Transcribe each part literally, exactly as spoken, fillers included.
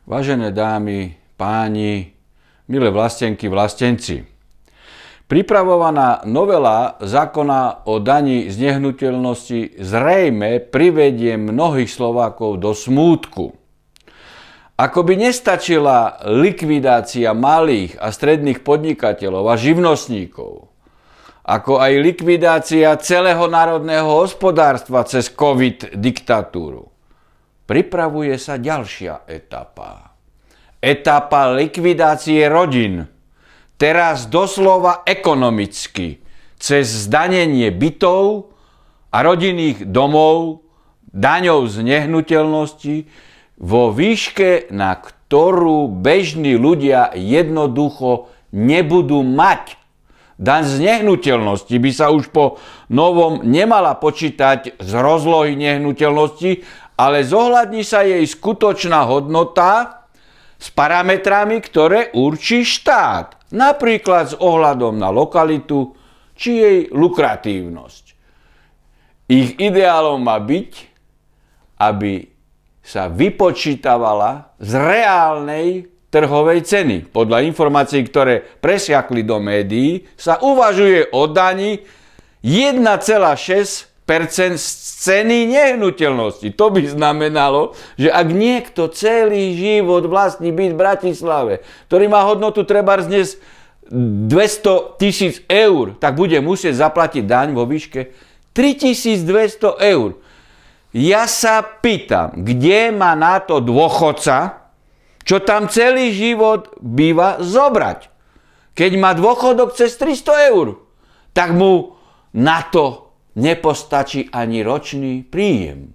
Vážené dámy, páni, milé vlastenky, vlastenci. Pripravovaná novela zákona o dani z nehnuteľnosti zrejme privedie mnohých Slovákov do smútku. Ako by nestačila likvidácia malých a stredných podnikateľov a živnostníkov, ako aj likvidácia celého národného hospodárstva cez COVID diktatúru, pripravuje sa ďalšia etapa. Etapa likvidácie rodín. Teraz doslova ekonomicky, cez zdanenie bytov a rodinných domov, daňou z nehnuteľnosti, vo výške, na ktorú bežní ľudia jednoducho nebudú mať. Daň z nehnuteľnosti by sa už po novom nemala počítať z rozlohy nehnuteľnosti, ale zohľadní sa jej skutočná hodnota s parametrami, ktoré určí štát. Napríklad s ohľadom na lokalitu či jej lukratívnosť. Ich ideálom má byť, aby sa vypočítavala z reálnej trhovej ceny. Podľa informácií, ktoré presiakli do médií, sa uvažuje o dani jeden celá šesť percent z ceny nehnuteľnosti. To by znamenalo, že ak niekto celý život vlastní byt v Bratislave, ktorý má hodnotu trebárs dnes dvesto tisíc eur, tak bude musieť zaplatiť daň vo výške tritisícdvesto eur. Ja sa pýtam, kde má na to dôchodca, čo tam celý život býva, zobrať. Keď má dôchodok cez tristo eur, tak mu na to nepostačí ani ročný príjem.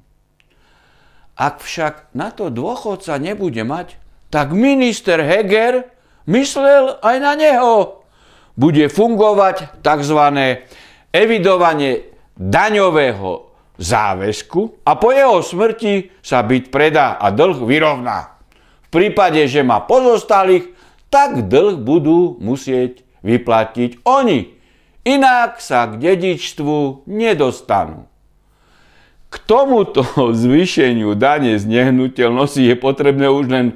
Ak však na to dôchodca nebude mať, tak minister Heger myslel aj na neho. Bude fungovať tzv. Evidovanie daňového záväzku a po jeho smrti sa byt predá a dlh vyrovná. V prípade, že má pozostalých, tak dlh budú musieť vyplatiť oni. Inak sa k dedičstvu nedostanú. K tomuto zvýšeniu dane z nehnuteľnosti je potrebné už len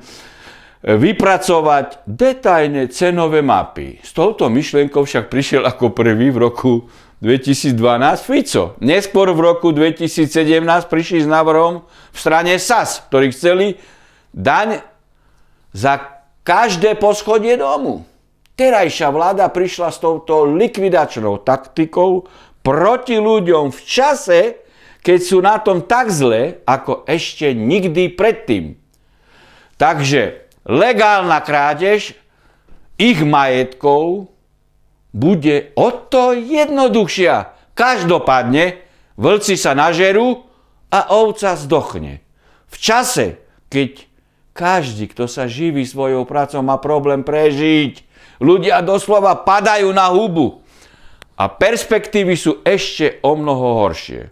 vypracovať detailné cenové mapy. S touto myšlienkou však prišiel ako prvý v roku dvetisícdvanásť Fico. Neskôr v roku dvetisícsedemnásť prišli s návrhom v strane es a es, ktorí chceli daň za každé poschodie domu. Terajšia vláda prišla s touto likvidačnou taktikou proti ľuďom v čase, keď sú na tom tak zle, ako ešte nikdy predtým. Takže legálna krádež ich majetkov bude o to jednoduchšia. Každopádne vlci sa nažerú a ovca zdochne. V čase, keď každý, kto sa živí svojou prácou, má problém prežiť, ľudia doslova padajú na hubu a perspektívy sú ešte o mnoho horšie.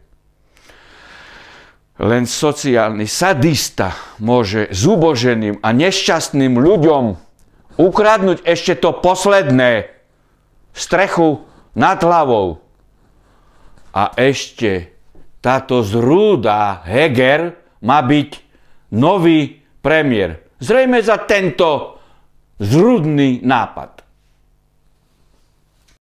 Len sociálny sadista môže zuboženým a nešťastným ľuďom ukradnúť ešte to posledné, strechu nad hlavou. A ešte táto zrúda Heger má byť nový premiér. Zrejme za tento zrúdny nápad.